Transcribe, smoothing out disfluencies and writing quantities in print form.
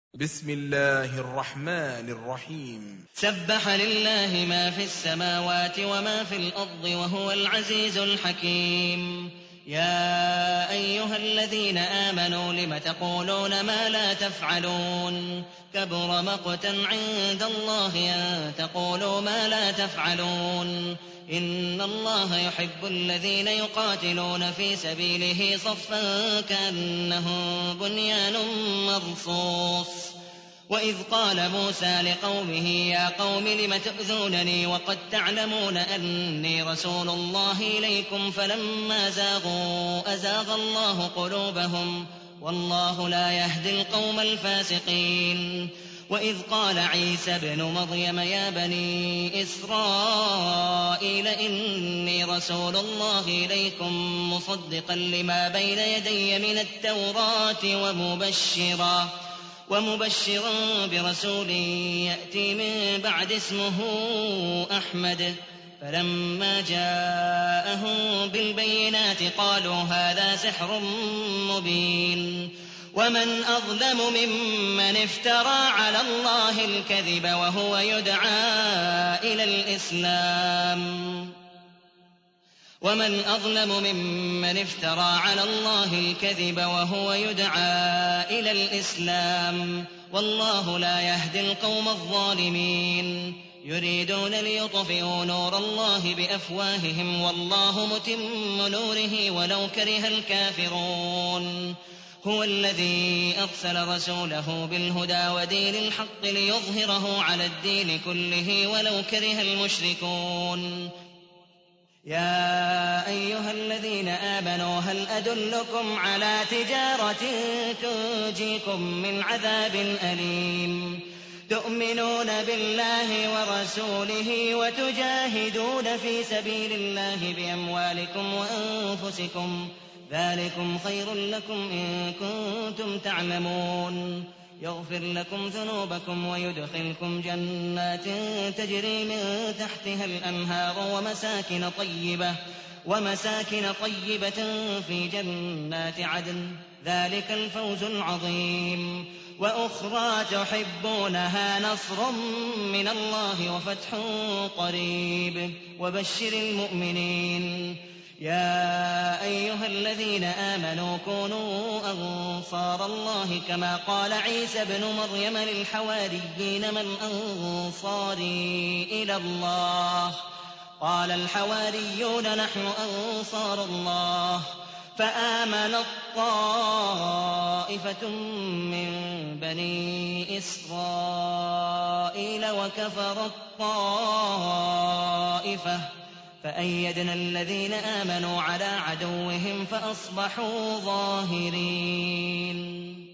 بسم الله الرحمن الرحيم. سبح لله ما في السماوات وما في الأرض وهو العزيز الحكيم. يا أيها الذين آمنوا لم تقولون ما لا تفعلون كبر مقتا عند الله أن تقولوا ما لا تفعلون. إن الله يحب الذين يقاتلون في سبيله صفا كأنهم بنيان مرصوص. وإذ قال موسى لقومه يا قوم لم تؤذونني وقد تعلمون أني رسول الله إليكم فلما زاغوا أزاغ الله قلوبهم والله لا يهدي القوم الفاسقين. وإذ قال عيسى ابن مريم يا بني إسرائيل إني رسول الله إليكم مصدقا لما بين يدي من التوراة ومبشرا برسول يأتي من بعد اسمه أحمد. فلما جاءهم بالبينات قالوا هذا سحر مبين. ومن أظلم ممن افترى على الله الكذب وهو يدعى إلى الإسلام والله لا يهدي القوم الظالمين. يريدون ليطفئوا نور الله بأفواههم والله متم نوره ولو كره الكافرون. هو الذي أرسل رسوله بالهدى ودين الحق ليظهره على الدين كله ولو كره المشركون. يا أيها الذين آمنوا هل أدلكم على تجارة تنجيكم من عذاب أليم تؤمنون بالله ورسوله وتجاهدون في سبيل الله بأموالكم وأنفسكم ذلكم خير لكم إن كنتم تعلمون. يغفر لكم ذنوبكم ويدخلكم جنات تجري من تحتها الأنهار ومساكن طيبة في جنات عدن ذلك الفوز العظيم. وأخرى تحبونها نصر من الله وفتح قريب وبشر المؤمنين. يا أيها الذين آمنوا كونوا أنصار الله كما قال عيسى ابن مريم للحواريين من أنصاري إلى الله قال الحواريون نحن أنصار الله. فآمنت طائفة من بني إسرائيل وكفرت طائفة فأيدنا الذين آمنوا على عدوهم فأصبحوا ظاهرين.